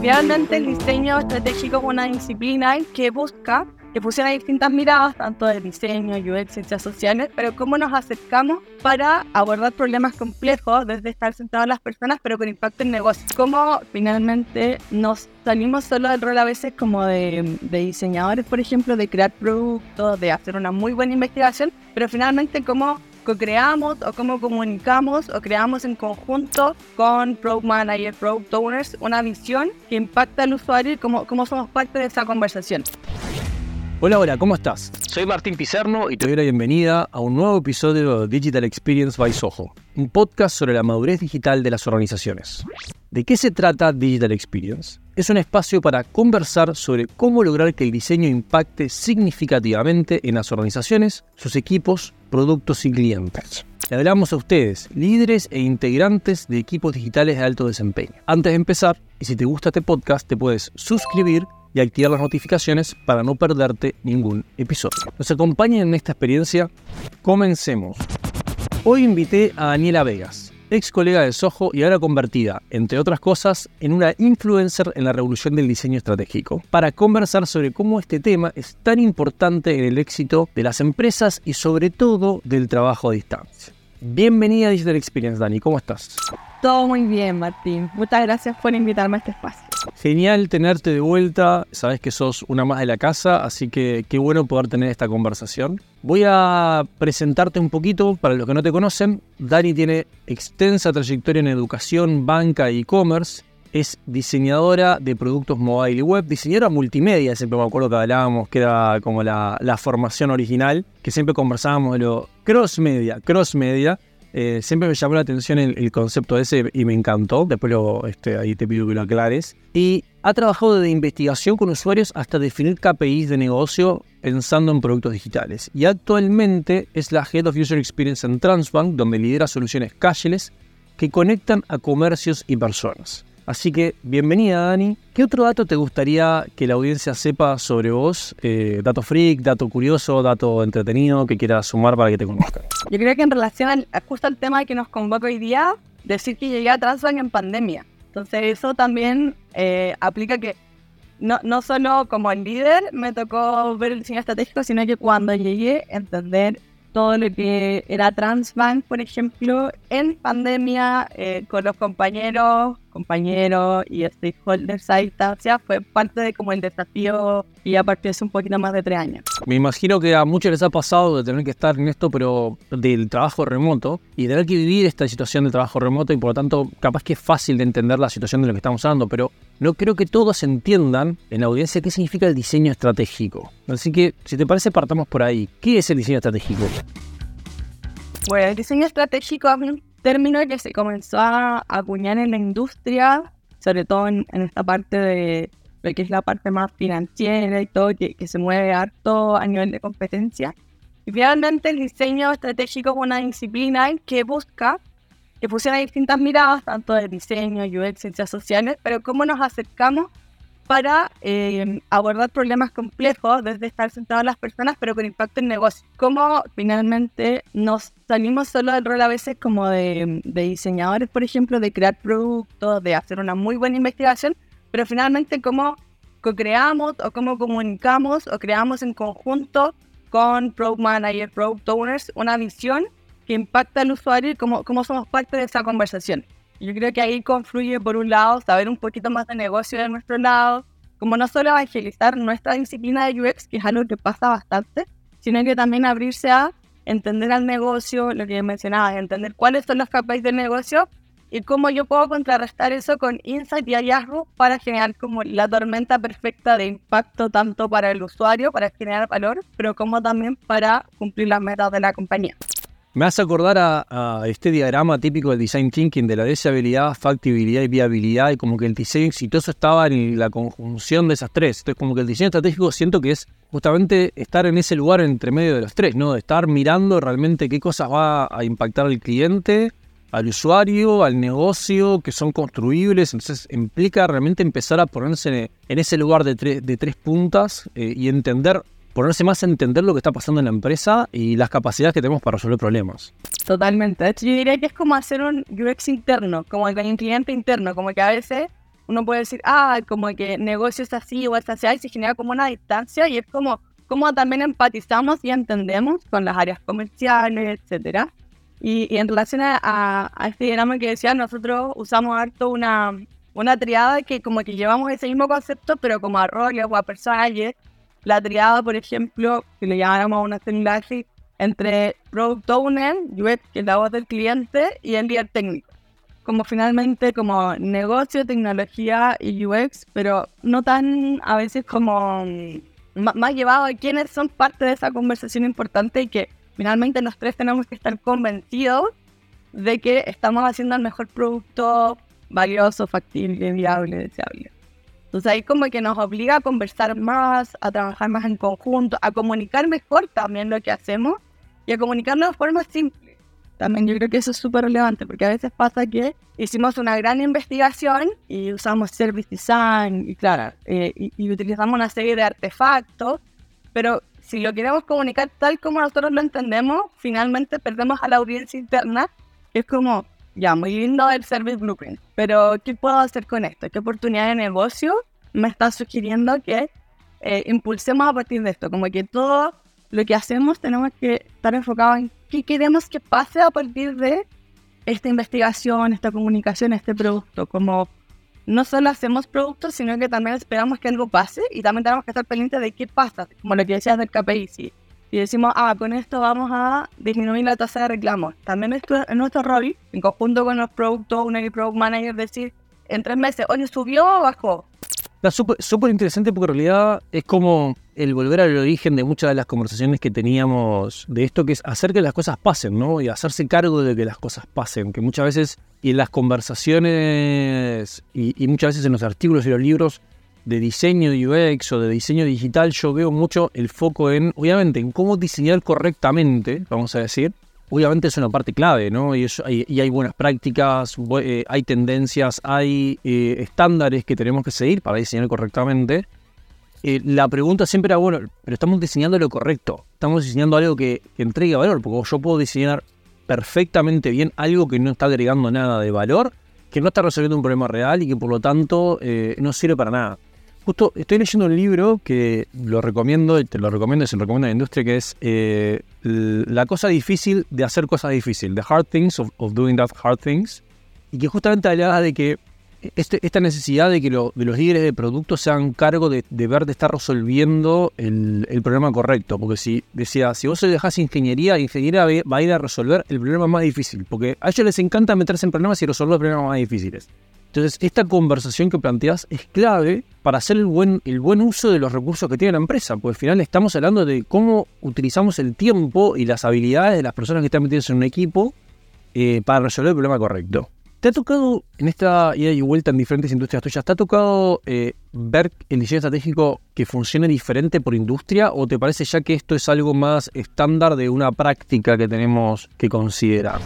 Realmente el diseño estratégico es una disciplina que busca que fusionan distintas miradas, tanto de diseño, UX, ciencias sociales, pero cómo nos acercamos para abordar problemas complejos desde estar centrados en las personas, pero con impacto en negocios. Cómo finalmente nos salimos solo del rol a veces como de diseñadores, por ejemplo, de crear productos, de hacer una muy buena investigación, pero finalmente cómo co-creamos o cómo comunicamos o creamos en conjunto con Product Manager, Product Owners, una visión que impacta al usuario y cómo somos parte de esa conversación. Hola, ¿cómo estás? Soy Martín Pizarno y te doy la bienvenida a un nuevo episodio de Digital Experience by Soho, un podcast sobre la madurez digital de las organizaciones. ¿De qué se trata Digital Experience? Es un espacio para conversar sobre cómo lograr que el diseño impacte significativamente en las organizaciones, sus equipos, productos y clientes. Le hablamos a ustedes, líderes e integrantes de equipos digitales de alto desempeño. Antes de empezar, y si te gusta este podcast, te puedes suscribir y activar las notificaciones para no perderte ningún episodio. ¿Nos acompañan en esta experiencia? Comencemos. Hoy invité a Daniela Vegas, ex colega de Soho y ahora convertida, entre otras cosas, en una influencer en la revolución del diseño estratégico, para conversar sobre cómo este tema es tan importante en el éxito de las empresas y sobre todo del trabajo a distancia. Bienvenida a Digital Experience, Dani, ¿cómo estás? Todo muy bien, Martín. Muchas gracias por invitarme a este espacio. Genial tenerte de vuelta, sabes que sos una más de la casa, así que qué bueno poder tener esta conversación. Voy a presentarte un poquito para los que no te conocen. Dani tiene extensa trayectoria en educación, banca e e-commerce. Es diseñadora de productos mobile y web, diseñadora multimedia, siempre me acuerdo que hablábamos que era como la formación original, que siempre conversábamos de lo cross-media. Siempre me llamó la atención el concepto ese y me encantó. Después ahí te pido que lo aclares. Y ha trabajado desde investigación con usuarios hasta definir KPIs de negocio pensando en productos digitales. Y actualmente es la Head of User Experience en Transbank, donde lidera soluciones cashless que conectan a comercios y personas. Así que, bienvenida, Dani. ¿Qué otro dato te gustaría que la audiencia sepa sobre vos? Dato freak, dato curioso, dato entretenido que quieras sumar para que te conozcan. Yo creo que en relación justo al tema que nos convoca hoy día, decir que llegué a Transbank en pandemia. Entonces eso también aplica que no solo como el líder me tocó ver el diseño estratégico, sino que cuando llegué a entender todo lo que era Transbank, por ejemplo, en pandemia, con los compañeros y stakeholders a distancia, fue parte de como el desafío y ya partió hace un poquito más de 3 años. Me imagino que a muchos les ha pasado de tener que estar en esto, pero del trabajo remoto, y tener que vivir esta situación de trabajo remoto, y por lo tanto, capaz que es fácil de entender la situación de lo que estamos hablando, pero no creo que todos entiendan en la audiencia qué significa el diseño estratégico. Así que, si te parece, partamos por ahí. ¿Qué es el diseño estratégico? Bueno, el diseño estratégico es un término que se comenzó a acuñar en la industria, sobre todo en esta parte de lo que es la parte más financiera y todo, que se mueve harto a nivel de competencia. Y finalmente el diseño estratégico es una disciplina que busca que fusiona distintas miradas, tanto de diseño, UX, ciencias sociales, pero cómo nos acercamos para abordar problemas complejos desde estar centrados en las personas, pero con impacto en negocios. Cómo finalmente nos salimos solo del rol a veces como de diseñadores, por ejemplo, de crear productos, de hacer una muy buena investigación, pero finalmente cómo co-creamos o cómo comunicamos o creamos en conjunto con Product Manager, Product Owners, una visión que impacta al usuario y cómo somos parte de esa conversación. Yo creo que ahí confluye, por un lado, saber un poquito más de negocio de nuestro lado, como no solo evangelizar nuestra disciplina de UX, que es algo que pasa bastante, sino que también abrirse a entender al negocio, lo que mencionabas, entender cuáles son los KPIs del negocio y cómo yo puedo contrarrestar eso con insight y hallazgo para generar como la tormenta perfecta de impacto tanto para el usuario, para generar valor, pero como también para cumplir las metas de la compañía. Me hace acordar a este diagrama típico del design thinking de la deseabilidad, factibilidad y viabilidad, y como que el diseño exitoso estaba en la conjunción de esas tres. Entonces como que el diseño estratégico siento que es justamente estar en ese lugar entre medio de los tres, ¿no? De estar mirando realmente qué cosas va a impactar al cliente, al usuario, al negocio, que son construibles. Entonces implica realmente empezar a ponerse en ese lugar de tres puntas y ponerse más a entender lo que está pasando en la empresa y las capacidades que tenemos para resolver problemas. Totalmente. De hecho, yo diría que es como hacer un UX interno, como el cliente interno, como que a veces uno puede decir, como que negocio es así o es así, y se genera como una distancia, y es como también empatizamos y entendemos con las áreas comerciales, etcétera. Y en relación a este diagrama que decía, nosotros usamos harto una triada que como que llevamos ese mismo concepto, pero como a roles o a personajes. La triada, por ejemplo, que le llamamos una similaridad entre Product Owner, UX, que es la voz del cliente, y el líder técnico. Como finalmente como negocio, tecnología y UX, pero no tan a veces como más llevado a quienes son parte de esa conversación importante, y que finalmente los tres tenemos que estar convencidos de que estamos haciendo el mejor producto valioso, factible, viable, deseable. Entonces ahí como que nos obliga a conversar más, a trabajar más en conjunto, a comunicar mejor también lo que hacemos y a comunicarlo de forma simple. También yo creo que eso es súper relevante, porque a veces pasa que hicimos una gran investigación y usamos Service Design y claro, y utilizamos una serie de artefactos, pero si lo queremos comunicar tal como nosotros lo entendemos, finalmente perdemos a la audiencia interna, que es como, ya, muy lindo el Service Blueprint, pero ¿qué puedo hacer con esto? ¿Qué oportunidad de negocio me está sugiriendo que impulsemos a partir de esto? Como que todo lo que hacemos tenemos que estar enfocados en qué queremos que pase a partir de esta investigación, esta comunicación, este producto. Como no solo hacemos productos, sino que también esperamos que algo pase, y también tenemos que estar pendientes de qué pasa, como lo que decías del KPI. Si decimos, con esto vamos a disminuir la tasa de reclamos, también es nuestro rol, en conjunto con los Product Owner y Product Manager, decir en 3 meses, oye, ¿subió o bajó? Está súper interesante, porque en realidad es como el volver al origen de muchas de las conversaciones que teníamos de esto, que es hacer que las cosas pasen, ¿no? Y hacerse cargo de que las cosas pasen, que muchas veces, y en las conversaciones, y muchas veces en los artículos y los libros de diseño de UX o de diseño digital, yo veo mucho el foco obviamente, en cómo diseñar correctamente, vamos a decir. Obviamente es una parte clave, ¿no? Y hay buenas prácticas, hay tendencias, hay estándares que tenemos que seguir para diseñar correctamente. La pregunta siempre era, bueno, pero estamos diseñando lo correcto, estamos diseñando algo que entregue valor, porque yo puedo diseñar perfectamente bien algo que no está agregando nada de valor, que no está resolviendo un problema real y que por lo tanto no sirve para nada. Justo estoy leyendo un libro que lo recomiendo, y te lo recomiendo y se lo recomiendo a la industria, que es La cosa difícil de hacer cosas difíciles, The Hard Things of Doing That Hard Things, y que justamente hablaba de que esta necesidad de que de los líderes de producto se hagan cargo de estar resolviendo el problema correcto, porque si vos dejás ingeniería va a ir a resolver el problema más difícil, porque a ellos les encanta meterse en problemas y resolver los problemas más difíciles. Entonces, esta conversación que planteás es clave para hacer el buen uso de los recursos que tiene la empresa, porque al final estamos hablando de cómo utilizamos el tiempo y las habilidades de las personas que están metidas en un equipo para resolver el problema correcto. ¿Te ha tocado, en esta ida y vuelta en diferentes industrias tuyas, te ha tocado ver el diseño estratégico que funcione diferente por industria, o te parece ya que esto es algo más estándar de una práctica que tenemos que considerar?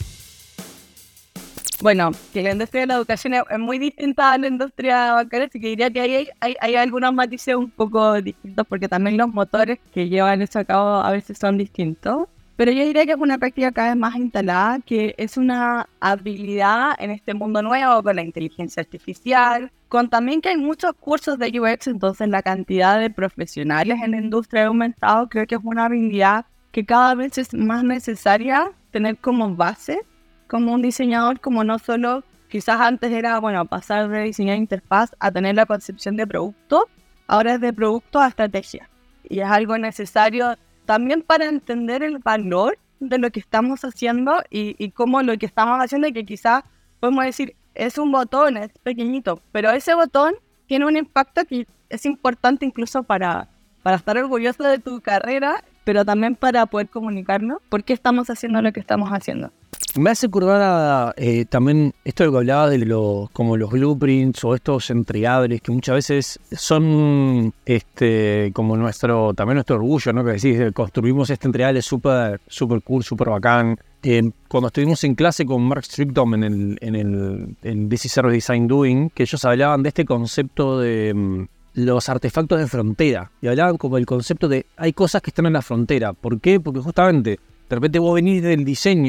Bueno, que la industria de la educación es muy distinta a la industria bancaria, así que diría que hay algunos matices un poco distintos, porque también los motores que llevan eso a cabo a veces son distintos. Pero yo diría que es una práctica cada vez más instalada, que es una habilidad en este mundo nuevo con la inteligencia artificial, con también que hay muchos cursos de UX, entonces la cantidad de profesionales en la industria ha aumentado. Creo que es una habilidad que cada vez es más necesaria tener como base, como un diseñador, como no solo, quizás antes era, pasar de diseñar interfaz a tener la concepción de producto, ahora es de producto a estrategia. Y es algo necesario también para entender el valor de lo que estamos haciendo y cómo lo que estamos haciendo, y que quizás podemos decir, es un botón, es pequeñito, pero ese botón tiene un impacto que es importante incluso para estar orgulloso de tu carrera, pero también para poder comunicarnos por qué estamos haciendo lo que estamos haciendo. Me hace acordar también esto de lo que hablabas de como los blueprints o estos entregables que muchas veces son como también nuestro orgullo, ¿no? Que decís, construimos este entregable súper cool, súper bacán. Cuando estuvimos en clase con Mark Strickdom en el This is Service Design Doing, que ellos hablaban de este concepto de los artefactos de frontera, y hablaban como el concepto de hay cosas que están en la frontera. ¿Por qué? Porque justamente de repente vos venís del diseño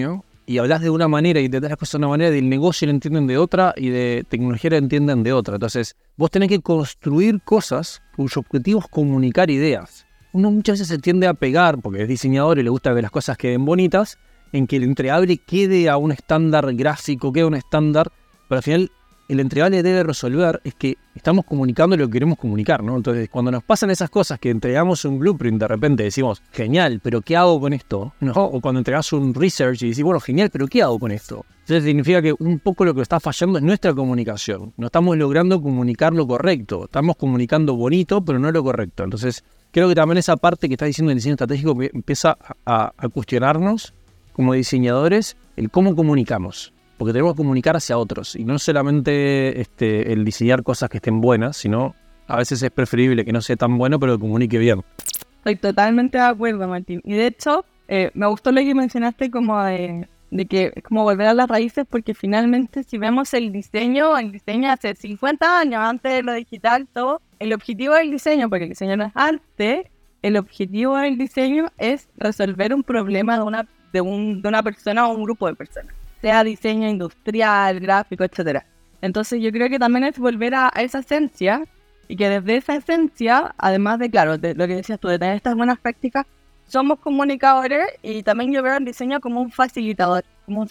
y hablas de una manera y entendés las cosas de una manera, del negocio lo entienden de otra y de tecnología lo entienden de otra. Entonces, vos tenés que construir cosas cuyo objetivo es comunicar ideas. Uno muchas veces se tiende a pegar, porque es diseñador y le gusta que las cosas queden bonitas, en que el entregable quede a un estándar gráfico, quede a un estándar, pero al final el entregable debe resolver es que estamos comunicando lo que queremos comunicar, ¿no? Entonces, cuando nos pasan esas cosas que entregamos un blueprint, de repente decimos, genial, pero ¿qué hago con esto? ¿No? O cuando entregas un research y decís, bueno, genial, pero ¿qué hago con esto? Entonces significa que un poco lo que está fallando es nuestra comunicación. No estamos logrando comunicar lo correcto. Estamos comunicando bonito, pero no lo correcto. Entonces, creo que también esa parte que estás diciendo del diseño estratégico empieza a cuestionarnos como diseñadores el cómo comunicamos. Porque tenemos que comunicar hacia otros y no solamente el diseñar cosas que estén buenas, sino a veces es preferible que no sea tan bueno, pero que comunique bien. Estoy totalmente de acuerdo, Martín. Y de hecho, me gustó lo que mencionaste como de que es como volver a las raíces, porque finalmente si vemos el diseño hace 50 años, antes de lo digital, todo, el objetivo del diseño, porque el diseño no es arte, el objetivo del diseño es resolver un problema de una persona o un grupo de personas, sea diseño industrial, gráfico, etcétera. Entonces yo creo que también es volver a esa esencia, y que desde esa esencia, además de, claro, de lo que decías tú, de tener estas buenas prácticas, somos comunicadores, y también yo veo el diseño como un facilitador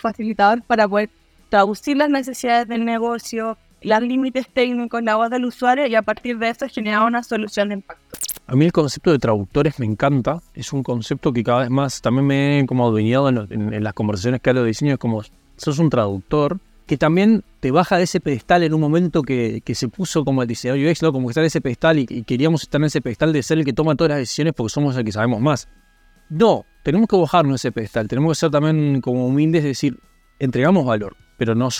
para poder traducir las necesidades del negocio, los límites técnicos, la voz del usuario, y a partir de eso generar una solución de impacto. A mí el concepto de traductores me encanta, es un concepto que cada vez más también me he como adueñado en las conversaciones que hablo de diseño, es como sos un traductor que también te baja de ese pedestal en un momento que se puso como el diseñador UX, ¿no? Como que está en ese pedestal y queríamos estar en ese pedestal de ser el que toma todas las decisiones porque somos el que sabemos más. No, tenemos que bajarnos ese pedestal, tenemos que ser también como humildes, es decir, entregamos valor, pero no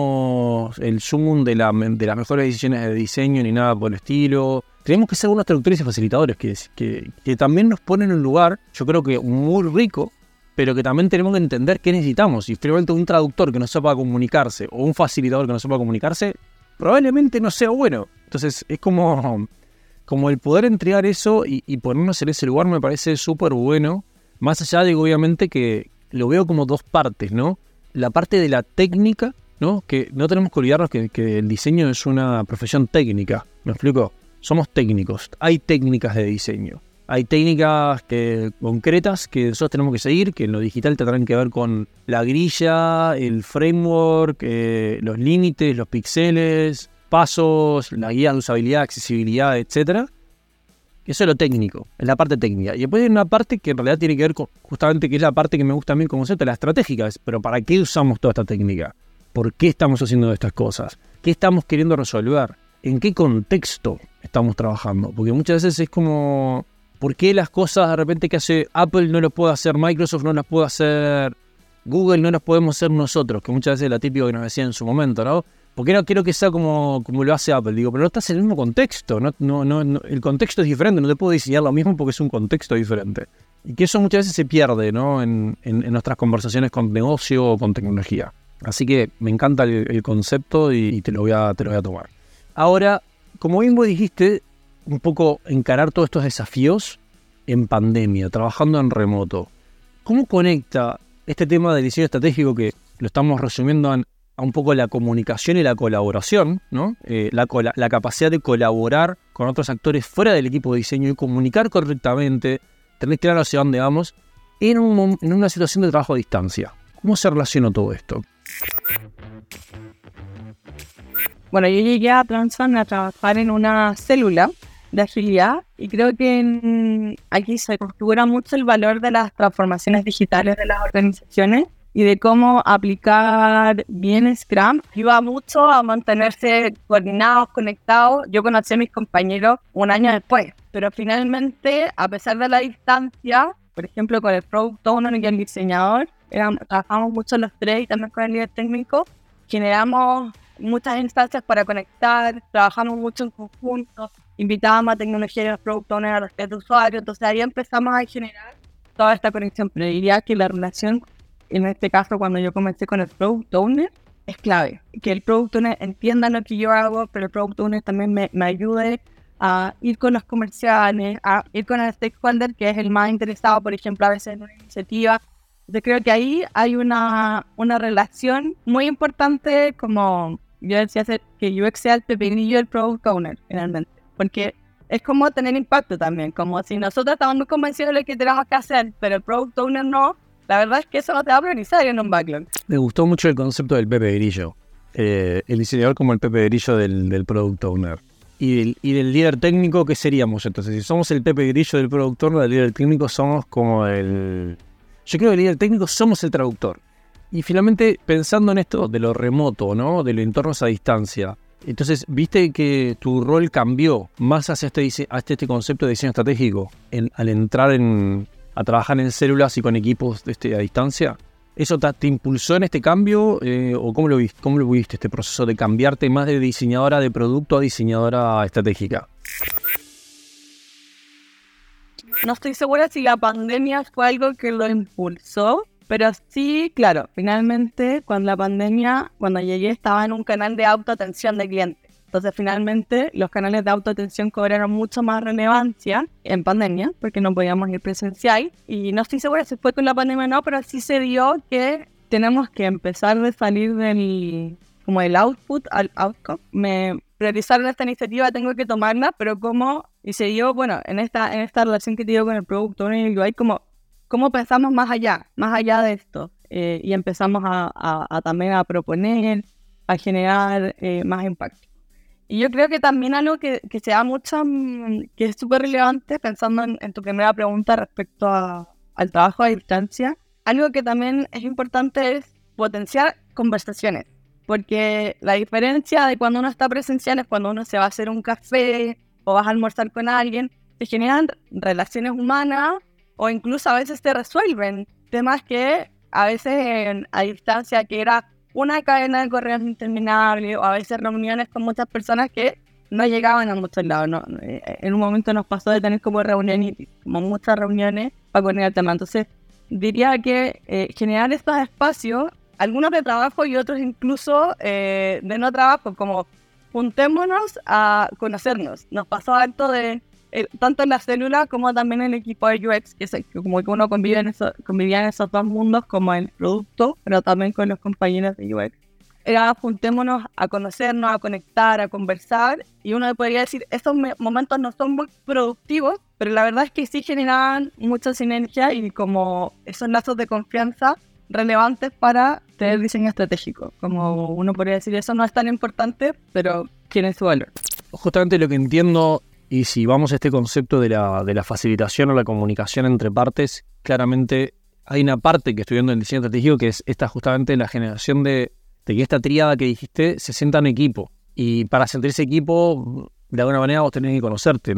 somos el sumum de las mejores decisiones de diseño ni nada por el estilo. Tenemos que ser unos traductores y facilitadores que también nos ponen en un lugar, yo creo que muy rico, pero que también tenemos que entender qué necesitamos. Y finalmente un traductor que no sepa comunicarse o un facilitador que no sepa comunicarse, probablemente no sea bueno. Entonces es como el poder entregar eso y ponernos en ese lugar me parece súper bueno. Más allá de obviamente que lo veo como dos partes, ¿no? La parte de la técnica, ¿no? Que no tenemos que olvidarnos que el diseño es una profesión técnica. ¿Me explico? Somos técnicos. Hay técnicas de diseño. Hay técnicas concretas que nosotros tenemos que seguir, que en lo digital tendrán que ver con la grilla, el framework, los límites, los píxeles, pasos, la guía de usabilidad, accesibilidad, etc. Eso es lo técnico, es la parte técnica. Y después hay una parte que en realidad tiene que ver con, justamente, que es la parte que me gusta a mí como concepto, la estratégica. Pero ¿para qué usamos toda esta técnica? ¿Por qué estamos haciendo estas cosas? ¿Qué estamos queriendo resolver? ¿En qué contexto estamos trabajando? Porque muchas veces es como, ¿por qué las cosas de repente que hace Apple no las puede hacer Microsoft, no las puede hacer Google, no las podemos hacer nosotros? Que muchas veces es la típica que nos decía en su momento, ¿no? ¿Por qué no quiero que sea como lo hace Apple? Digo, pero no estás en el mismo contexto. No, el contexto es diferente, no te puedo diseñar lo mismo porque es un contexto diferente. Y que eso muchas veces se pierde, ¿no? En nuestras conversaciones con negocio o con tecnología. Así que me encanta el concepto y te lo voy a tomar. Ahora, como bien vos dijiste, un poco encarar todos estos desafíos en pandemia, trabajando en remoto. ¿Cómo conecta este tema del diseño estratégico, que lo estamos resumiendo a un poco la comunicación y la colaboración, ¿no? La capacidad de colaborar con otros actores fuera del equipo de diseño y comunicar correctamente, tener claro hacia dónde vamos en una situación de trabajo a distancia? ¿Cómo se relaciona todo esto? Bueno, yo llegué a Transform a trabajar en una célula de agilidad y creo que aquí se configura mucho el valor de las transformaciones digitales de las organizaciones y de cómo aplicar bien Scrum. Ayuda mucho a mantenerse coordinados, conectados. Yo conocí a mis compañeros un año después, pero finalmente, a pesar de la distancia, por ejemplo, con el Product Owner y el diseñador, trabajamos mucho los tres y también con el líder técnico, generamos muchas instancias para conectar, trabajamos mucho en conjunto, invitábamos a tecnología y a los Product Owners a los test de usuario, entonces ahí empezamos a generar toda esta conexión. Pero diría que la relación, en este caso cuando yo comencé con el Product Owner, es clave, que el Product Owner entienda lo que yo hago, pero el Product Owner también me ayude a ir con los comerciales, a ir con el stakeholder que es el más interesado, por ejemplo, a veces en una iniciativa, Yo creo que ahí hay una relación muy importante, como yo decía, que UX sea el pepinillo del Product Owner, finalmente. Porque es como tener impacto también, como si nosotros estamos muy convencidos de lo que tenemos que hacer, pero el Product Owner no, la verdad es que eso no te va a priorizar en un backlog. Me gustó mucho el concepto del Pepe Grillo. El diseñador como el Pepe Grillo del Product Owner. Y del líder técnico, ¿qué seríamos entonces? Si somos el Pepe Grillo del Product Owner, el líder técnico somos como el... Yo creo que el líder técnico somos el traductor. Y finalmente, pensando en esto de lo remoto, ¿no? De los entornos a distancia. Entonces, viste que tu rol cambió más hacia este concepto de diseño estratégico al entrar a trabajar en células y con equipos a distancia. ¿Eso te impulsó en este cambio? ¿O cómo lo viste este proceso de cambiarte más de diseñadora de producto a diseñadora estratégica? No estoy segura si la pandemia fue algo que lo impulsó, pero sí, claro, finalmente cuando llegué estaba en un canal de autoatención de clientes. Entonces finalmente los canales de autoatención cobraron mucho más relevancia en pandemia, porque no podíamos ir presencial. Y no estoy segura si fue con la pandemia o no, pero sí se dio que tenemos que empezar de salir del output al outcome. Priorizaron esta iniciativa, tengo que tomarla, pero y se dio, bueno, en esta relación que te digo con el Product Owner y UI, ¿cómo pensamos más allá de esto? Y empezamos también a proponer, a generar más impacto. Y yo creo que también algo que se da mucho, que es súper relevante, pensando en tu primera pregunta respecto al trabajo a distancia, algo que también es importante es potenciar conversaciones. Porque la diferencia de cuando uno está presencial es cuando uno se va a hacer un café o vas a almorzar con alguien, se generan relaciones humanas o incluso a veces se resuelven temas que a veces a distancia, que era una cadena de correos interminable o a veces reuniones con muchas personas que no llegaban a muchos lados. ¿No? En un momento nos pasó de tener como reuniones, como muchas reuniones para poner el tema. Entonces diría que generar estos espacios, algunos de trabajo y otros incluso de no trabajo, como juntémonos a conocernos. Nos pasó harto tanto en la célula como también en el equipo de UX, como que uno convivía en esos dos mundos, como el producto, pero también con los compañeros de UX. Era juntémonos a conocernos, a conectar, a conversar, y uno podría decir, estos momentos no son muy productivos, pero la verdad es que sí generaban mucha sinergia y como esos lazos de confianza relevantes para tener diseño estratégico. Como uno podría decir, eso no es tan importante, pero tiene su valor. Justamente lo que entiendo, y si vamos a este concepto de la facilitación o la comunicación entre partes, claramente hay una parte que estoy viendo en diseño estratégico que es justamente la generación de que esta tríada que dijiste se sienta en equipo. Y para sentirse equipo, de alguna manera vos tenés que conocerte.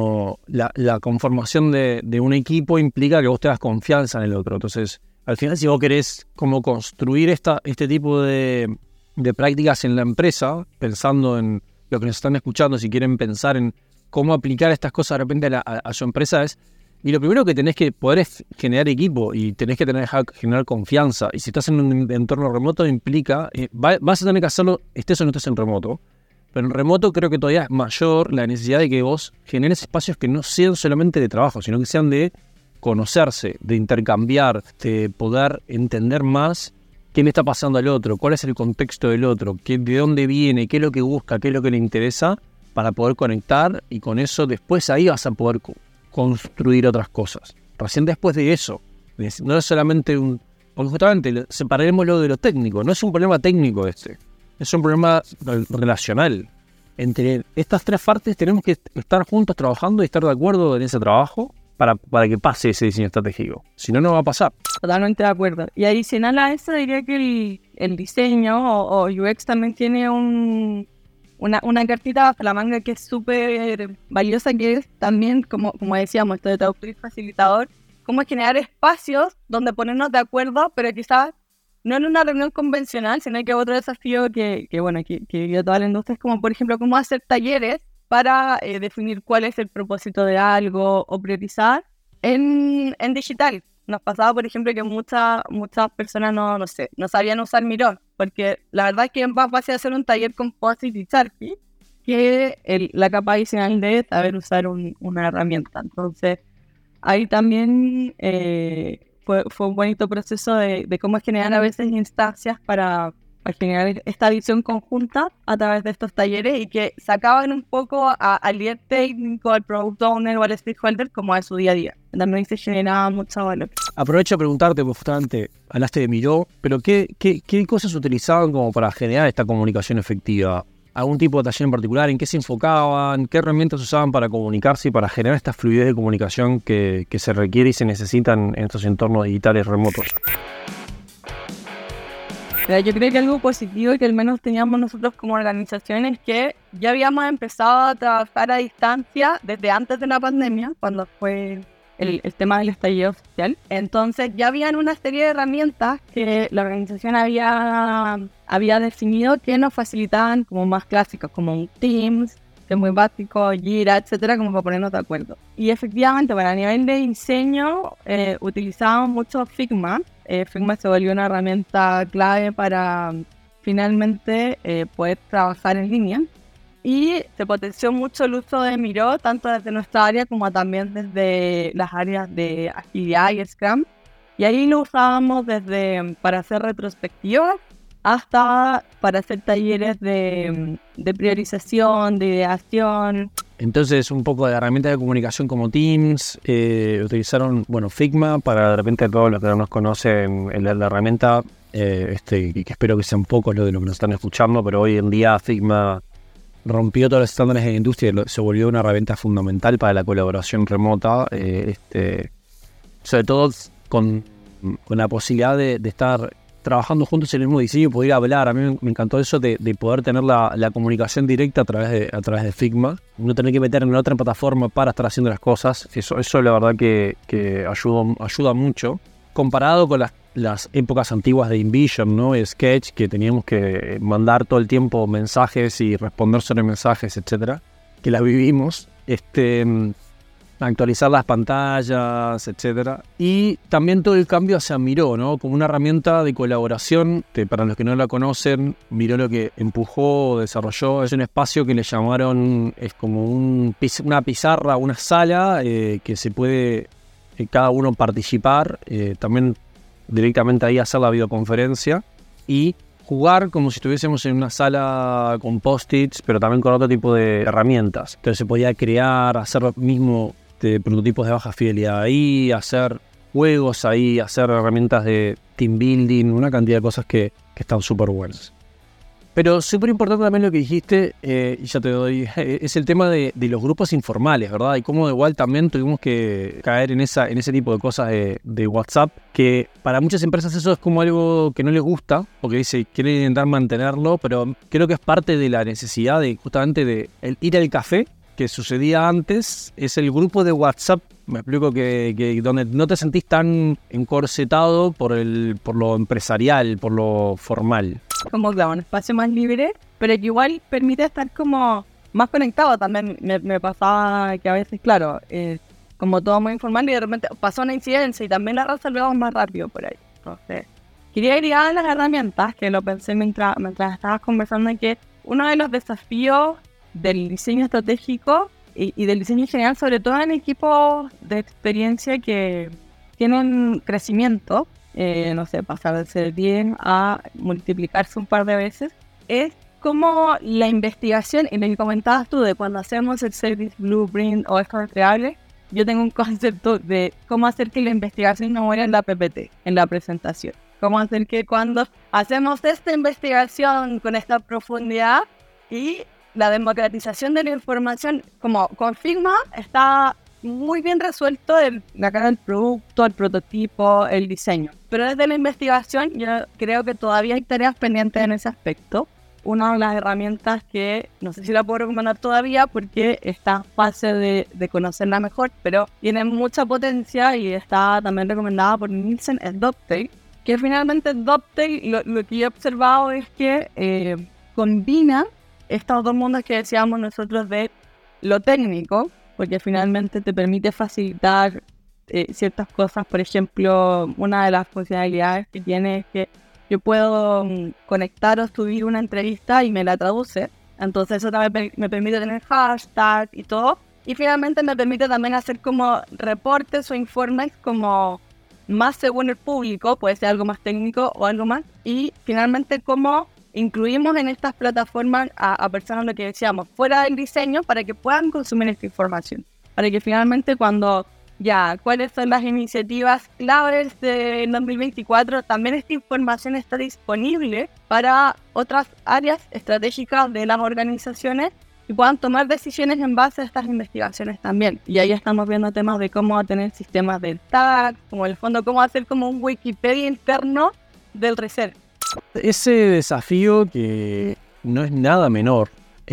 La conformación de un equipo implica que vos tengas confianza en el otro. Entonces, al final, si vos querés como construir este tipo de prácticas en la empresa, pensando en lo que nos están escuchando, si quieren pensar en cómo aplicar estas cosas de repente a su empresa y lo primero que tenés que poder es generar equipo y tenés que generar confianza. Y si estás en un entorno remoto implica, vas a tener que hacerlo, estés o no estés en remoto. Pero en remoto creo que todavía es mayor la necesidad de que vos generes espacios que no sean solamente de trabajo, sino que sean de conocerse, de intercambiar, de poder entender más qué le está pasando al otro, cuál es el contexto del otro, de dónde viene, qué es lo que busca, qué es lo que le interesa, para poder conectar, y con eso después ahí vas a poder construir otras cosas. Recién después de eso, no es solamente porque justamente separémoslo de lo técnico, no es un problema técnico es un problema relacional. Entre estas tres partes tenemos que estar juntos trabajando y estar de acuerdo en ese trabajo para que pase ese diseño estratégico. Si no, no va a pasar. Totalmente de acuerdo. Y adicional a eso diría que el diseño o UX también tiene una cartita bajo la manga que es súper valiosa, que es también, como decíamos, esto de traductor y facilitador, cómo generar espacios donde ponernos de acuerdo, pero quizás no en una reunión convencional, sino que otro desafío que vive toda la industria es como, por ejemplo, cómo hacer talleres para definir cuál es el propósito de algo o priorizar en digital. Nos pasaba, por ejemplo, que muchas personas no sabían usar Miro, porque la verdad es que es más fácil hacer un taller con Post-it y Sharpie que la capa adicional de saber usar una herramienta. Entonces, ahí también fue un bonito proceso de cómo generar a veces instancias para generar esta visión conjunta a través de estos talleres y que sacaban un poco al líder técnico, al product owner o al stakeholder como de su día a día. También se generaba mucho valor. Aprovecho a preguntarte, porque justamente hablaste de Miro, pero ¿qué cosas utilizaban como para generar esta comunicación efectiva? ¿Algún tipo de taller en particular? ¿En qué se enfocaban? ¿Qué herramientas usaban para comunicarse y para generar esta fluidez de comunicación que se requiere y se necesitan en estos entornos digitales remotos? Pero yo creo que algo positivo que al menos teníamos nosotros como organización es que ya habíamos empezado a trabajar a distancia desde antes de la pandemia, cuando fue el tema del estallido social. Entonces ya habían una serie de herramientas que la organización había definido que nos facilitaban como más clásicos, como un Teams, que es muy básico, Jira, etcétera, como para ponernos de acuerdo. Y efectivamente, para el nivel de diseño, utilizábamos mucho Figma. Figma se volvió una herramienta clave para finalmente poder trabajar en línea. Y se potenció mucho el uso de Miro, tanto desde nuestra área como también desde las áreas de agilidad y Scrum. Y ahí lo usábamos desde para hacer retrospectivas hasta para hacer talleres de priorización, de ideación. Entonces, un poco de herramientas de comunicación como Teams, utilizaron, Figma, para de repente todos los que no nos conocen la herramienta, que espero que sean pocos los de los que nos están escuchando, pero hoy en día Figma rompió todos los estándares en la industria y se volvió una herramienta fundamental para la colaboración remota, sobre todo con la posibilidad de estar trabajando juntos en el mismo diseño y poder hablar. A mí me encantó eso de poder tener la comunicación directa a través de Figma, no tener que meter en otra plataforma para estar haciendo las cosas. Eso la verdad que ayuda mucho, comparado con las épocas antiguas de InVision, ¿no? Sketch, que teníamos que mandar todo el tiempo mensajes y responder sobre mensajes, etcétera, que las vivimos, actualizar las pantallas, etcétera. Y también todo el cambio hacia Miro, ¿no? Como una herramienta de colaboración. Para los que no la conocen, Miro lo que empujó, desarrolló, es un espacio que le llamaron, es como una pizarra, una sala que se puede cada uno participar, también directamente ahí hacer la videoconferencia y jugar como si estuviésemos en una sala con post-its, pero también con otro tipo de herramientas. Entonces se podía crear, hacer mismo prototipos de baja fidelidad ahí, hacer juegos ahí, hacer herramientas de team building, una cantidad de cosas que están súper buenas. Pero súper importante también lo que dijiste, y ya te doy, es el tema de los grupos informales, ¿verdad? Y cómo igual también tuvimos que caer en ese tipo de cosas de WhatsApp, que para muchas empresas eso es como algo que no les gusta, porque quieren intentar mantenerlo, pero creo que es parte de la necesidad de justamente de ir al café, que sucedía antes, es el grupo de WhatsApp, me explico, que donde no te sentís tan encorsetado por lo empresarial, por lo formal. Como claro, un espacio más libre, pero que igual permite estar como más conectado. También me pasaba que a veces, claro, como todo muy informal y de repente pasó una incidencia y también la resolvemos más rápido por ahí. Entonces, quería agregar las herramientas, que lo pensé mientras estabas conversando, que uno de los desafíos del diseño estratégico y del diseño en general, sobre todo en equipos de experiencia que tienen crecimiento, pasar de ser 10 a multiplicarse un par de veces, es como la investigación, y lo que comentabas tú de cuando hacemos el Service Blueprint o estos creables, yo tengo un concepto de cómo hacer que la investigación no muera en la PPT, en la presentación. Cómo hacer que cuando hacemos esta investigación con esta profundidad y la democratización de la información, como con Figma, está muy bien resuelto de la cara del producto, el prototipo, el diseño. Pero desde la investigación yo creo que todavía hay tareas pendientes en ese aspecto. Una de las herramientas que no sé si la puedo recomendar todavía porque está en fase de conocerla mejor, pero tiene mucha potencia y está también recomendada por Nielsen, es Dovetail, que finalmente Dovetail, lo que yo he observado es que combina estos dos mundos que decíamos nosotros de lo técnico, porque finalmente te permite facilitar ciertas cosas. Por ejemplo, una de las funcionalidades que tiene es que yo puedo conectar o subir una entrevista y me la traduce. Entonces eso también me permite tener hashtag y todo. Y finalmente me permite también hacer como reportes o informes como más según el público, puede ser algo más técnico o algo más, y finalmente cómo incluimos en estas plataformas a personas, lo que decíamos, fuera del diseño, para que puedan consumir esta información, para que finalmente cuando cuáles son las iniciativas claves del 2024, también esta información está disponible para otras áreas estratégicas de las organizaciones y puedan tomar decisiones en base a estas investigaciones también. Y ahí estamos viendo temas de cómo tener sistemas de tag, como en el fondo cómo hacer como un Wikipedia interno del research. Ese desafío que no es nada menor,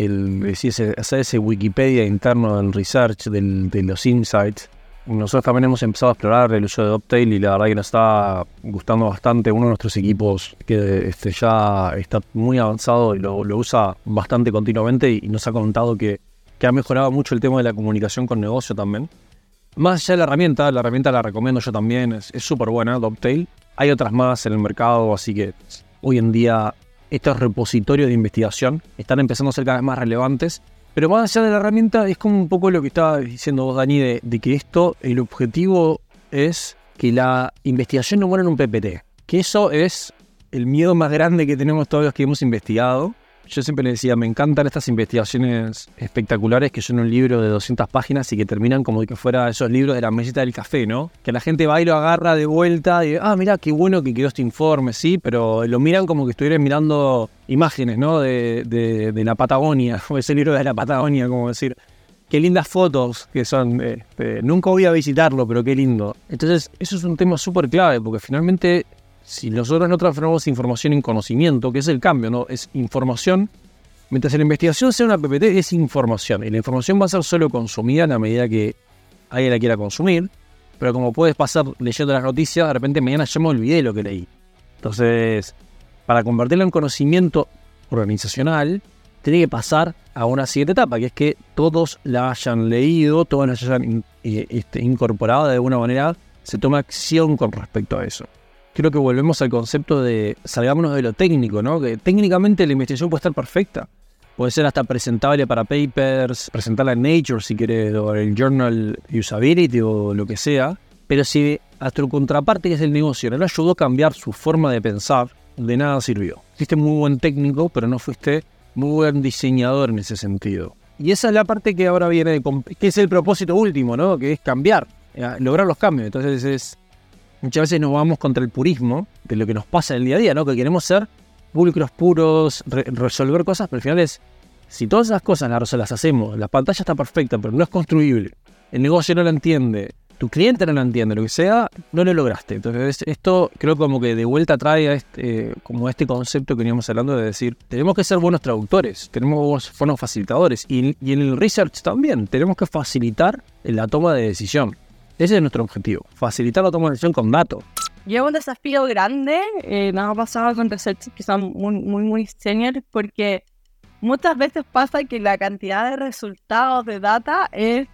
hacer ese Wikipedia interno del research, de los insights. Nosotros también hemos empezado a explorar el uso de Dovetail y la verdad que nos está gustando bastante. Uno de nuestros equipos que ya está muy avanzado y lo usa bastante continuamente y nos ha contado que ha mejorado mucho el tema de la comunicación con negocio también. Más allá de la herramienta la recomiendo yo también, es súper buena, Dovetail. Hay otras más en el mercado, así que hoy en día estos repositorios de investigación están empezando a ser cada vez más relevantes. Pero más allá de la herramienta, es como un poco lo que estaba diciendo vos, Dani, de que el objetivo es que la investigación no muera en un PPT. Que eso es el miedo más grande que tenemos todos los que hemos investigado. Yo siempre le decía, me encantan estas investigaciones espectaculares que son un libro de 200 páginas y que terminan como que fuera esos libros de la mesita del café, ¿no? Que la gente va y lo agarra de vuelta y mirá, qué bueno que quedó este informe, sí, pero lo miran como que estuvieran mirando imágenes, ¿no? De la Patagonia, o ese libro de la Patagonia, como decir, qué lindas fotos que son, nunca voy a visitarlo, pero qué lindo. Entonces, eso es un tema súper clave, porque finalmente, si nosotros no transformamos información en conocimiento, que es el cambio, ¿no? Es información. Mientras la investigación sea una PPT, es información. Y la información va a ser solo consumida en la medida que alguien la quiera consumir. Pero como puedes pasar leyendo las noticias, de repente mañana ya me olvidé lo que leí. Entonces, para convertirlo en conocimiento organizacional, tiene que pasar a una siguiente etapa, que es que todos la hayan leído, todos la hayan incorporado de alguna manera, se toma acción con respecto a eso. Creo que volvemos al concepto de salgámonos de lo técnico, ¿no? Que técnicamente la investigación puede estar perfecta. Puede ser hasta presentable para papers, presentarla en Nature si querés, o en el Journal Usability o lo que sea. Pero si a tu contraparte, que es el negocio, no le ayudó a cambiar su forma de pensar, de nada sirvió. Fuiste muy buen técnico, pero no fuiste muy buen diseñador en ese sentido. Y esa es la parte que ahora viene, que es el propósito último, ¿no? Que es cambiar, lograr los cambios. Entonces muchas veces nos vamos contra el purismo de lo que nos pasa en el día a día, ¿no? Que queremos ser pulcros puros, resolver cosas, pero al final si todas esas cosas las hacemos, la pantalla está perfecta, pero no es construible, el negocio no la entiende, tu cliente no la entiende, lo que sea, no lo lograste. Entonces esto creo como que de vuelta trae a este concepto que veníamos hablando de decir, tenemos que ser buenos traductores, tenemos que ser buenos facilitadores, y en el research también, tenemos que facilitar la toma de decisión. Ese es nuestro objetivo, facilitar la toma de decisión con datos. Lleva un desafío grande, nos ha pasado con research que son muy senior, porque muchas veces pasa que la cantidad de resultados de data es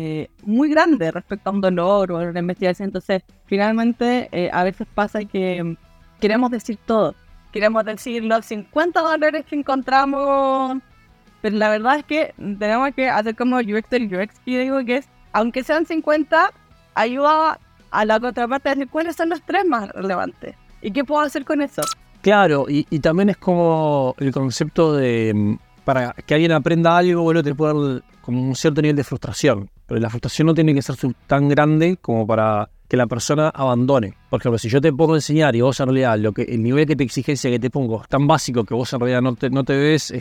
muy grande respecto a un dolor o a una investigación. Entonces, finalmente, a veces pasa que queremos decir todo. Queremos decir los 50 dolores que encontramos, pero la verdad es que tenemos que hacer como UX y UX, y digo que aunque sean 50, ayuda a la contraparte a decir cuáles son los 3 más relevantes y qué puedo hacer con eso. Claro, y también es como el concepto de para que alguien aprenda algo, bueno, te puede dar como un cierto nivel de frustración, pero la frustración no tiene que ser tan grande como para que la persona abandone. Por ejemplo, si yo te pongo a enseñar y vos en realidad el nivel de exigencia que te pongo es tan básico que vos en realidad no te ves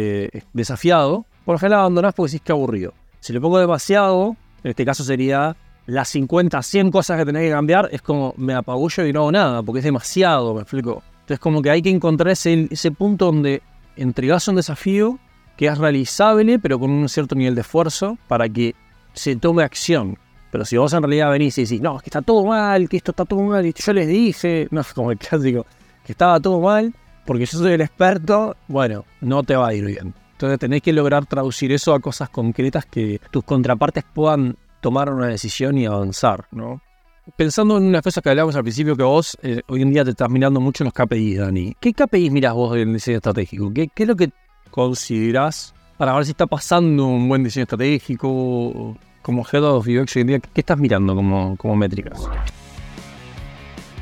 desafiado, por lo general abandonás porque decís que aburrido. Si le pongo demasiado, en este caso sería las 50, 100 cosas que tenés que cambiar, es como me apabullo y no hago nada, porque es demasiado, me explico. Entonces como que hay que encontrar ese punto donde entregás un desafío que es realizable, pero con un cierto nivel de esfuerzo para que se tome acción. Pero si vos en realidad venís y decís, no, es que está todo mal, que esto está todo mal, y yo les dije, no, como el clásico, que estaba todo mal, porque yo soy el experto, bueno, no te va a ir bien. Entonces tenés que lograr traducir eso a cosas concretas que tus contrapartes puedan tomar una decisión y avanzar, ¿no? Pensando en unas cosas que hablábamos al principio, que vos hoy en día te estás mirando mucho en los KPIs, Dani. ¿Qué KPIs mirás vos del diseño estratégico? ¿Qué es lo que considerás para ver si está pasando un buen diseño estratégico como Head of UX hoy en día? ¿Qué estás mirando como métricas?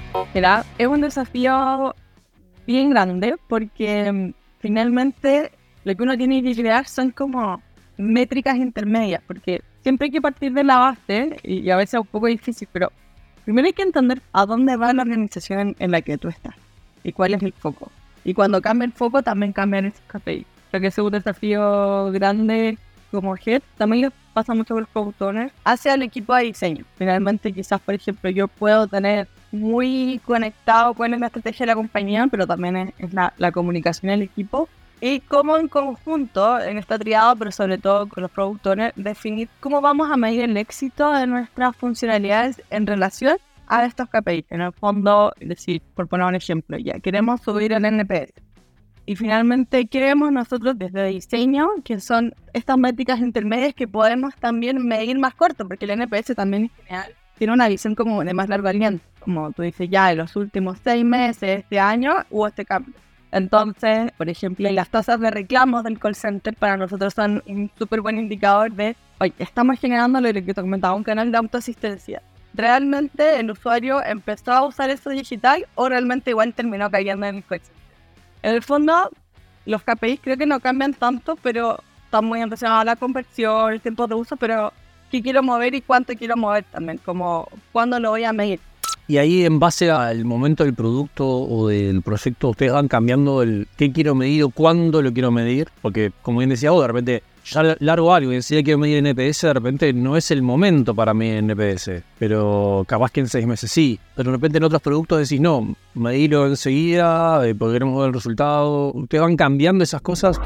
Mira, es un desafío bien grande porque finalmente lo que uno tiene que crear son como métricas intermedias, porque siempre hay que partir de la base y a veces es un poco difícil, pero primero hay que entender a dónde va la organización en la que tú estás y cuál es el foco. Y cuando cambia el foco también cambian esos KPI. Creo que ese es un desafío grande como head. También les pasa mucho con los product owners hacia el equipo de diseño. Finalmente quizás, por ejemplo, yo puedo tener muy conectado cuál es la estrategia de la compañía, pero también es la comunicación del equipo. Y cómo en conjunto, en esta triada, pero sobre todo con los product owners, definir cómo vamos a medir el éxito de nuestras funcionalidades en relación a estos KPIs. En el fondo, es decir, por poner un ejemplo, ya queremos subir el NPS. Y finalmente, ¿qué vemos nosotros desde diseño? Que son estas métricas intermedias que podemos también medir más corto, porque el NPS también en general tiene una visión como de más largo aliento. Como tú dices, ya en los últimos 6 meses de este año hubo este cambio. Entonces, por ejemplo, las tasas de reclamos del call center para nosotros son un súper buen indicador de, oye, estamos generando lo que te comentaba, un canal de autoasistencia. ¿Realmente el usuario empezó a usar eso digital o realmente igual terminó cayendo en el call center? En el fondo, los KPIs creo que no cambian tanto, pero están muy relacionados a la conversión, el tiempo de uso, pero qué quiero mover y cuánto quiero mover también, como cuándo lo voy a medir. Y ahí, en base al momento del producto o del proyecto, ustedes van cambiando el qué quiero medir o cuándo lo quiero medir. Porque, como bien decía vos, de repente yo ya largo algo y enseguida quiero medir NPS, de repente no es el momento para medir NPS. Pero capaz que en 6 meses sí. Pero de repente en otros productos decís, no, medirlo enseguida, porque queremos ver el resultado. Ustedes van cambiando esas cosas.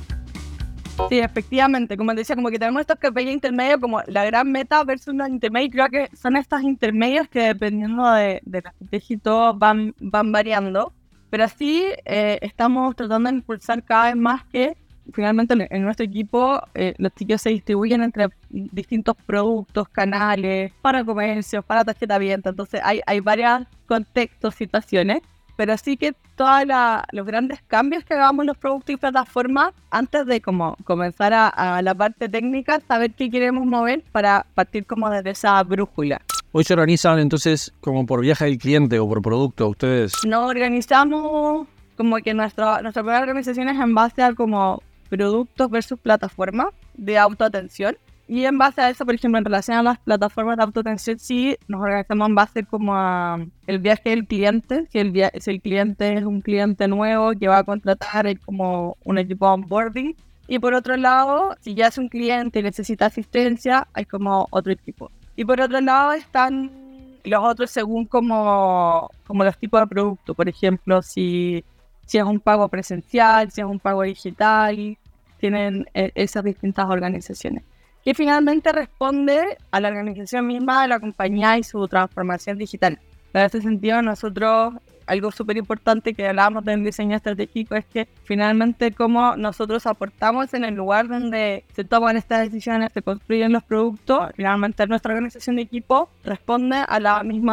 Sí, efectivamente, como decía, como que tenemos estos KPI intermedios como la gran meta versus los intermedios. Creo que son estos intermedios que dependiendo de la estrategia y todo van variando, pero sí estamos tratando de impulsar cada vez más que finalmente en nuestro equipo los tickets se distribuyen entre distintos productos, canales, para comercios, para tarjeta abierta. Entonces hay varios contextos, situaciones, pero sí que todos los grandes cambios que hagamos en los productos y plataformas, antes de como comenzar a la parte técnica, saber qué queremos mover para partir como desde esa brújula. Hoy se organizan entonces como por viaje del cliente o por producto, ustedes. Nos organizamos como que nuestra primera organización es en base a como productos versus plataformas de autoatención. Y en base a eso, por ejemplo, en relación a las plataformas de autoatención, sí nos organizamos en base como a el viaje del cliente. Si el cliente es un cliente nuevo que va a contratar, hay como un equipo de onboarding. Y por otro lado, si ya es un cliente y necesita asistencia, hay como otro equipo. Y por otro lado están los otros según como los tipos de producto. Por ejemplo, si es un pago presencial, si es un pago digital, tienen esas distintas organizaciones. Que finalmente responde a la organización misma de la compañía y su transformación digital. En ese sentido, nosotros, algo súper importante que hablábamos del diseño estratégico es que finalmente cómo nosotros aportamos en el lugar donde se toman estas decisiones, se construyen los productos, finalmente nuestra organización de equipo responde a la misma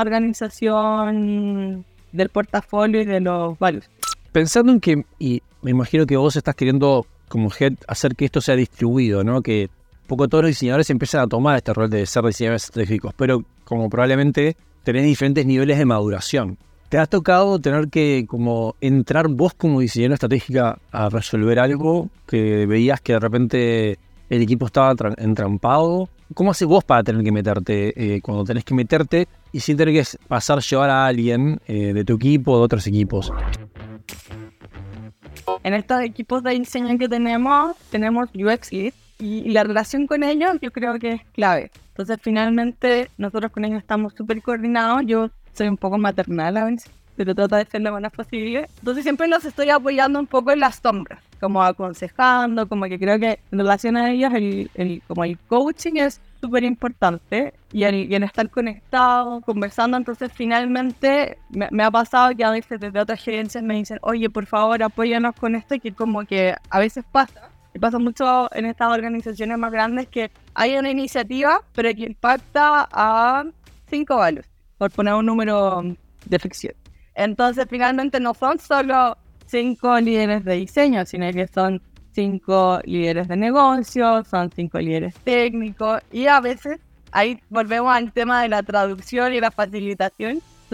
organización del portafolio y de los values. Pensando en que, y me imagino que vos estás queriendo como head hacer que esto sea distribuido, ¿no? Que un poco todos los diseñadores empiezan a tomar este rol de ser diseñadores estratégicos, pero como probablemente tenés diferentes niveles de maduración. ¿Te ha tocado tener que como entrar vos como diseñadora estratégica a resolver algo que veías que de repente el equipo estaba entrampado? ¿Cómo haces vos para tener que meterte cuando tenés que meterte y sin tener que pasar llevar a alguien de tu equipo o de otros equipos? En estos equipos de diseño que tenemos UX Lead y la relación con ellos yo creo que es clave. Entonces finalmente nosotros con ellos estamos súper coordinados. Yo soy un poco maternal a veces, pero trato de ser lo más posible. Entonces siempre los estoy apoyando un poco en las sombras, como aconsejando, como que creo que en relación a ellos como el coaching es súper importante y el estar conectado, conversando. Entonces finalmente me ha pasado que a veces desde otras gerencias me dicen, oye, por favor apóyanos con esto, que como que a veces pasa. Y pasa mucho en estas organizaciones más grandes que hay una iniciativa, pero que impacta a 5 values, por poner un número de ficción. Entonces, finalmente no son solo 5 líderes de diseño, sino que son 5 líderes de negocio, son 5 líderes técnicos, y a veces ahí volvemos al tema de la traducción y la facilitación.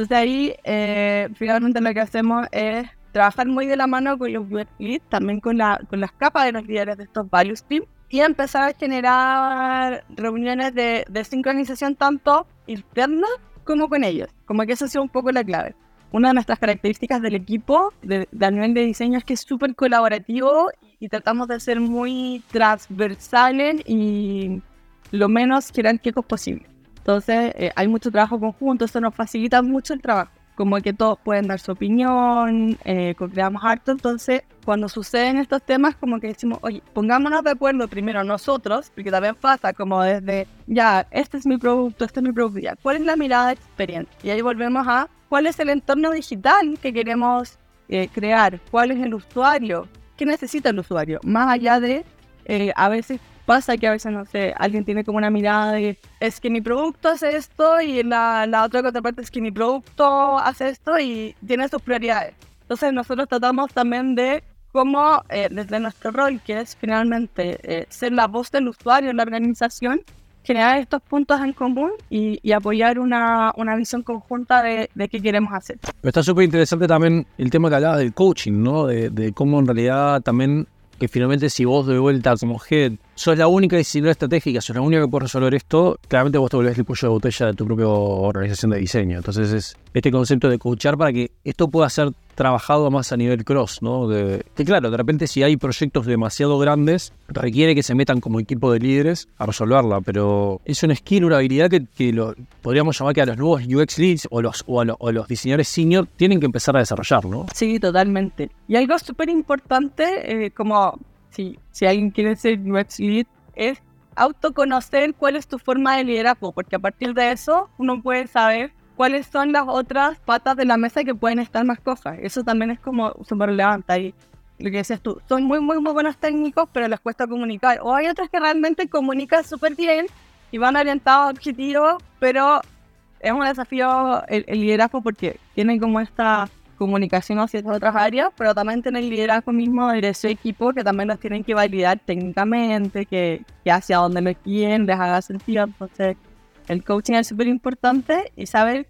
Entonces ahí finalmente lo que hacemos es trabajar muy de la mano con los UX Leads, también con las capas de los líderes de estos value streams, y empezar a generar reuniones de sincronización tanto interna como con ellos. Como que eso ha sido un poco la clave. Una de nuestras características del equipo a nivel de diseño es que es súper colaborativo y tratamos de ser muy transversales y lo menos jerárquicos posible. Entonces hay mucho trabajo conjunto, eso nos facilita mucho el trabajo. Como que todos pueden dar su opinión, co-creamos harto. Entonces, cuando suceden estos temas, como que decimos, oye, pongámonos de acuerdo primero nosotros, porque también pasa como desde, ya, este es mi producto, ya, ¿cuál es la mirada de experiencia? Y ahí volvemos a, ¿cuál es el entorno digital que queremos crear? ¿Cuál es el usuario? ¿Qué necesita el usuario? Más allá de, a veces pasa que a veces, no sé, alguien tiene como una mirada de es que mi producto hace esto y la otra contraparte es que mi producto hace esto y tiene sus prioridades. Entonces nosotros tratamos también de cómo desde nuestro rol, que es finalmente ser la voz del usuario en la organización, generar estos puntos en común y apoyar una visión conjunta de qué queremos hacer. Pero está súper interesante también el tema que hablabas del coaching, ¿no? De cómo en realidad también que finalmente si vos de vuelta como head sos la única diseñadora estratégica, sos la única que puede resolver esto, claramente vos te volvés el cuello de botella de tu propia organización de diseño. Entonces es este concepto de coachar para que esto pueda ser trabajado más a nivel cross, ¿no? Que claro, de repente si hay proyectos demasiado grandes, requiere que se metan como equipo de líderes a resolverla, pero es una skill, una habilidad que podríamos llamar que a los nuevos UX leads o a los diseñadores senior tienen que empezar a desarrollar, ¿no? Sí, totalmente. Y algo súper importante, como si alguien quiere ser UX lead, es autoconocer cuál es tu forma de liderazgo, porque a partir de eso uno puede saber cuáles son las otras patas de la mesa que pueden estar más cosas. Eso también es como súper relevante. Ahí lo que decías tú, son muy buenos técnicos, pero les cuesta comunicar. O hay otros que realmente comunican súper bien y van orientados a objetivos, pero es un desafío el liderazgo porque tienen como esta comunicación hacia otras áreas, pero también tienen el liderazgo mismo de su equipo que también los tienen que validar técnicamente, que hacia dónde lo quieren, les haga sentido. Entonces, el coaching es súper importante y saber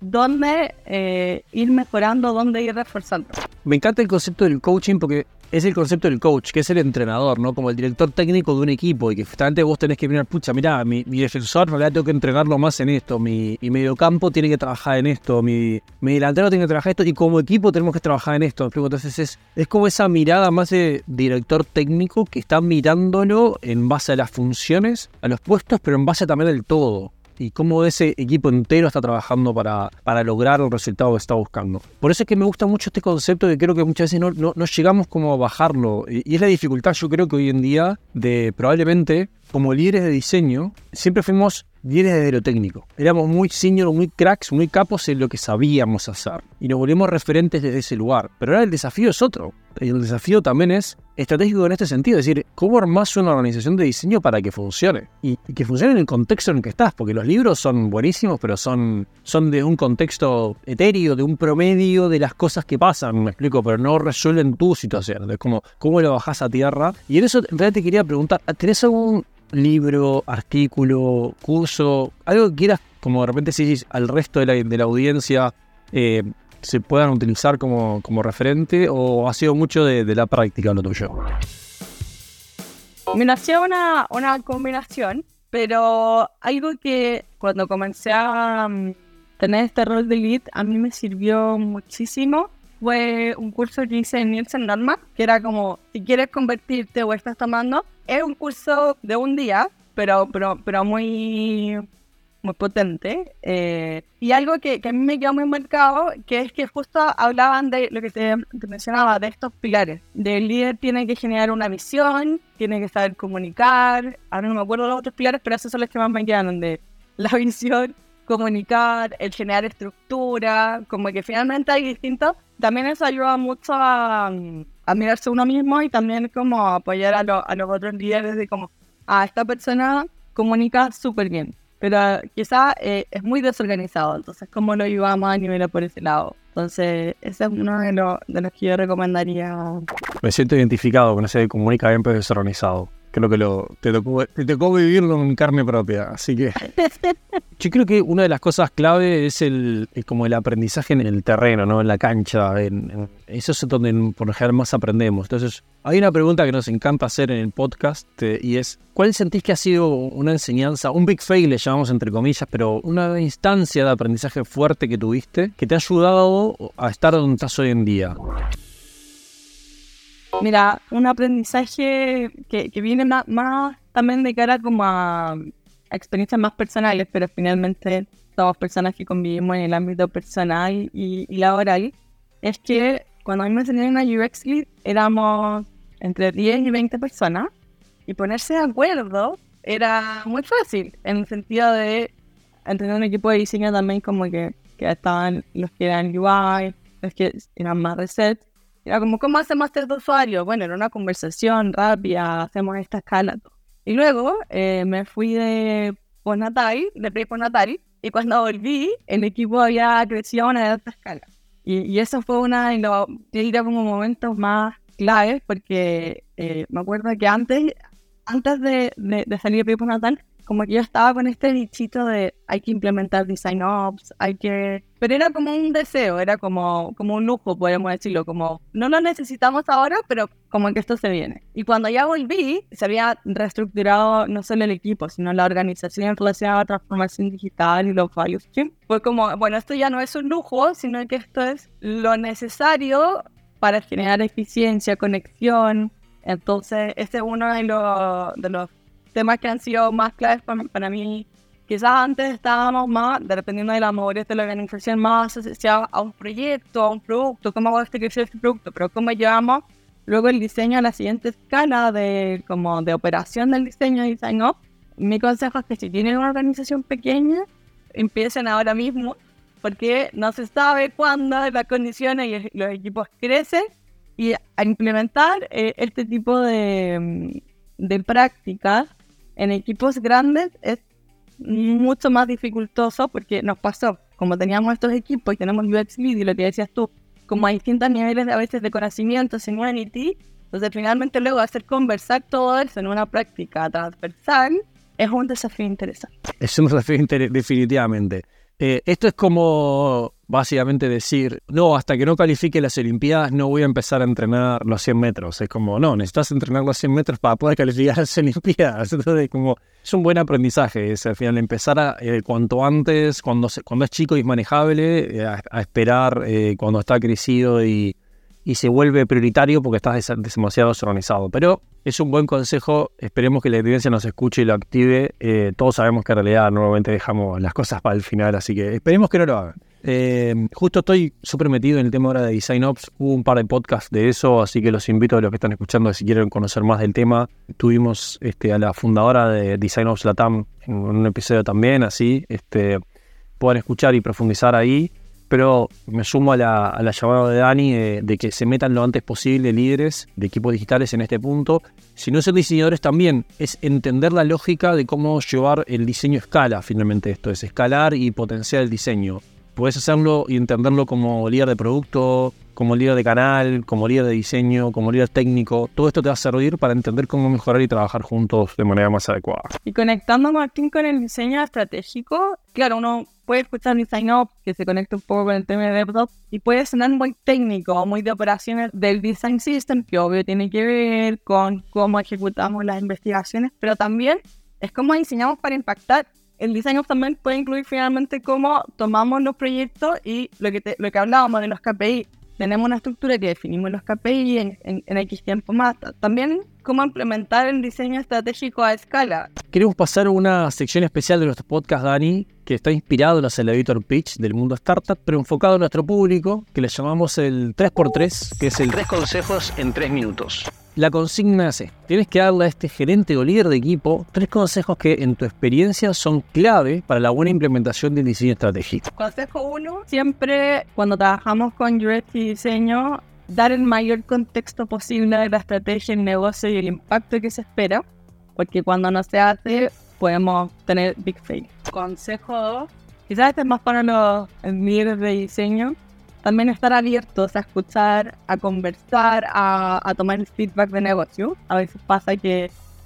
dónde ir mejorando, dónde ir reforzando. Me encanta el concepto del coaching porque es el concepto del coach, que es el entrenador, ¿no? Como el director técnico de un equipo y que justamente vos tenés que mirar, pucha, mirá, mi defensor en realidad tengo que entrenarlo más en esto, mi mediocampo tiene que trabajar en esto, mi delantero tiene que trabajar en esto y como equipo tenemos que trabajar en esto. Entonces es como esa mirada más de director técnico que está mirándolo en base a las funciones, a los puestos, pero en base también al todo. Y cómo ese equipo entero está trabajando para lograr el resultado que está buscando. Por eso es que me gusta mucho este concepto que creo que muchas veces no llegamos como a bajarlo. Y es la dificultad, yo creo que hoy en día, de probablemente, como líderes de diseño, siempre fuimos líderes de lo técnico. Éramos muy senior, muy cracks, muy capos en lo que sabíamos hacer. Y nos volvimos referentes desde ese lugar. Pero ahora el desafío es otro. El desafío también es estratégico en este sentido. Es decir, ¿cómo armás una organización de diseño para que funcione? Y que funcione en el contexto en el que estás. Porque los libros son buenísimos, pero son de un contexto etéreo, de un promedio de las cosas que pasan, me explico, pero no resuelven tu situación. Entonces, ¿cómo lo bajás a tierra? Y en eso en realidad te quería preguntar, ¿tenés algún libro, artículo, curso, algo que quieras, como de repente si al resto de la audiencia se puedan utilizar como referente, o ha sido mucho de la práctica lo tuyo? Me nació una combinación, pero algo que cuando comencé a tener este rol de lead a mí me sirvió muchísimo. Fue un curso que hice en Nielsen Norma, que era como, si quieres convertirte o estás tomando, es un curso de un día, pero muy potente. Y algo que a mí me quedó muy marcado, que es que justo hablaban de lo que te mencionaba, de estos pilares. El líder tiene que generar una visión, tiene que saber comunicar, ahora no me acuerdo de los otros pilares, pero esos son los que más me quedaron, de la visión, comunicar, el generar estructura, como que finalmente hay distintos. También eso ayuda mucho a mirarse uno mismo y también como apoyar a los otros líderes de como, esta persona comunica súper bien, pero quizá es muy desorganizado, entonces cómo lo ayudamos a nivel por ese lado. Entonces ese es uno de los que yo recomendaría. Me siento identificado con ese de comunica bien pero desorganizado. Creo que te tocó vivirlo en carne propia, así que Yo creo que una de las cosas clave es como el aprendizaje en el terreno, ¿no? En la cancha. Eso es donde por lo general más aprendemos. Entonces, hay una pregunta que nos encanta hacer en el podcast y es, ¿cuál sentís que ha sido una enseñanza, un big fail le llamamos entre comillas, pero una instancia de aprendizaje fuerte que tuviste que te ha ayudado a estar donde estás hoy en día? Mira, un aprendizaje que viene más también de cara como a experiencias más personales, pero finalmente somos personas que convivimos en el ámbito personal y laboral, es que cuando a mí me enseñaron a UX Lead éramos entre 10 y 20 personas y ponerse de acuerdo era muy fácil, en el sentido de entender un equipo de diseño también como que estaban los que eran UI, los que eran más reset. Era como, ¿cómo hacemos test de usuario? Bueno, era una conversación rápida, hacemos esta escala. Y luego me fui de pre-postnatal, y cuando volví, el equipo había crecido a una alta escala. Y eso fue yo diría como momentos más claves, porque me acuerdo que antes de salir de pre-postnatal, como que yo estaba con este bichito de hay que implementar design ops, pero era como un deseo, era como un lujo, podemos decirlo, como no lo necesitamos ahora, pero como que esto se viene. Y cuando ya volví, se había reestructurado no solo el equipo, sino la organización en relación a la transformación digital y los value streams. Fue como, bueno, esto ya no es un lujo, sino que esto es lo necesario para generar eficiencia, conexión. Entonces, este es uno de los temas que han sido más claves para mí. Quizás antes estábamos más, dependiendo de la madurez de la organización, más asociados a un proyecto, a un producto, cómo va a crecer este producto, pero cómo llevamos luego el diseño a la siguiente escala de operación del diseño y design up. Mi consejo es que si tienen una organización pequeña, empiecen ahora mismo, porque no se sabe cuándo las condiciones y los equipos crecen, y a implementar este tipo de prácticas en equipos grandes es mucho más dificultoso, porque nos pasó, como teníamos estos equipos y tenemos UX Lead y lo que decías tú, como hay distintos niveles a veces de conocimiento, seniority, entonces finalmente luego hacer conversar todo eso en una práctica transversal es un desafío interesante. Es un desafío definitivamente. Esto es como básicamente decir, no, hasta que no califique las Olimpiadas no voy a empezar a entrenar los 100 metros. Es como, no, necesitas entrenar los 100 metros para poder calificar las Olimpiadas. Entonces, como, es un buen aprendizaje. Es al final empezar cuanto antes, cuando es chico y es manejable, a esperar cuando está crecido y se vuelve prioritario porque estás demasiado desorganizado. Pero es un buen consejo, esperemos que la audiencia nos escuche y lo active. Todos sabemos que en realidad normalmente dejamos las cosas para el final, así que esperemos que no lo hagan. Justo estoy súper metido en el tema ahora de Design Ops, hubo un par de podcasts de eso, así que los invito a los que están escuchando, si quieren conocer más del tema. Tuvimos a la fundadora de Design Ops Latam en un episodio también, así puedan escuchar y profundizar ahí. Pero me sumo a la llamada de Dani de que se metan lo antes posible líderes de equipos digitales en este punto. Si no son diseñadores también, es entender la lógica de cómo llevar el diseño a escala. Finalmente esto es escalar y potenciar el diseño. Puedes hacerlo y entenderlo como líder de producto, como líder de canal, como líder de diseño, como líder técnico. Todo esto te va a servir para entender cómo mejorar y trabajar juntos de manera más adecuada. Y conectando, Martín, con el diseño estratégico, claro, uno puede escuchar Design Ops, que se conecta un poco con el tema de DevOps, y puede sonar muy técnico, muy de operaciones del Design System, que obvio tiene que ver con cómo ejecutamos las investigaciones, pero también es cómo diseñamos para impactar. El Design Ops también puede incluir finalmente cómo tomamos los proyectos y lo que hablábamos de los KPI. Tenemos una estructura que definimos los KPI en X tiempo más. También cómo implementar el diseño estratégico a escala. Queremos pasar a una sección especial de nuestro podcast, Dani, que está inspirado en los elevator pitch del mundo startup, pero enfocado a nuestro público, que le llamamos el 3x3, que es el 3 consejos en 3 minutos. La consigna es esta: tienes que darle a este gerente o líder de equipo 3 consejos que en tu experiencia son clave para la buena implementación del diseño estratégico. Consejo 1, siempre cuando trabajamos con UX y diseño, dar el mayor contexto posible de la estrategia, el negocio y el impacto que se espera, porque cuando no se hace podemos tener big fail. Consejo 2, quizás este es más para los líderes de diseño, también estar abiertos a escuchar, a conversar, a tomar el feedback de negocio. A veces pasa que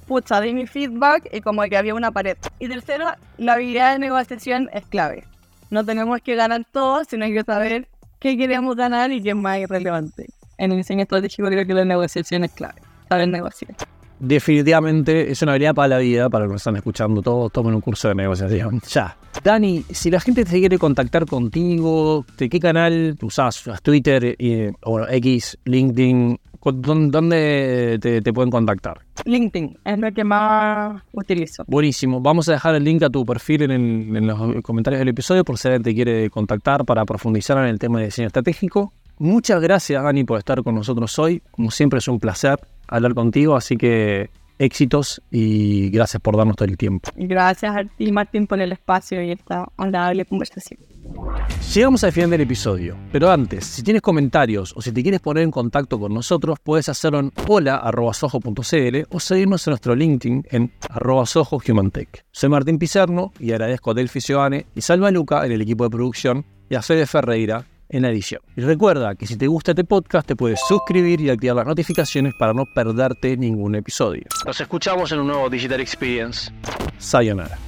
pucha, di mi feedback y como que había una pared. Y tercero, la habilidad de negociación es clave. No tenemos que ganar todo, sino que saber qué queremos ganar y qué es más irrelevante. En el diseño estratégico creo que la negociación es clave, saber negociar. Definitivamente es una habilidad para la vida, para los que están escuchando todos, tomen un curso de negociación, ya. Dani, si la gente te quiere contactar contigo, ¿de qué canal usás? ¿Twitter, X, LinkedIn? ¿Dónde te pueden contactar? LinkedIn es lo que más utilizo. Buenísimo. Vamos a dejar el link a tu perfil en los comentarios del episodio por si alguien te quiere contactar para profundizar en el tema de diseño estratégico. Muchas gracias, Dani, por estar con nosotros hoy. Como siempre es un placer hablar contigo, así que éxitos y gracias por darnos todo el tiempo. Gracias a ti, Martín, por el espacio y esta agradable conversación. Llegamos al final del episodio, pero antes, si tienes comentarios o si te quieres poner en contacto con nosotros, puedes hacerlo en hola@soho.cl o seguirnos en nuestro LinkedIn en @sohohumantech. Soy Martín Picerno y agradezco a Delphi Sioane y Salva Luca en el equipo de producción y a Fede Ferreira en la edición. Y recuerda que si te gusta este podcast te puedes suscribir y activar las notificaciones para no perderte ningún episodio. Nos escuchamos en un nuevo Digital Experience. Sayonara.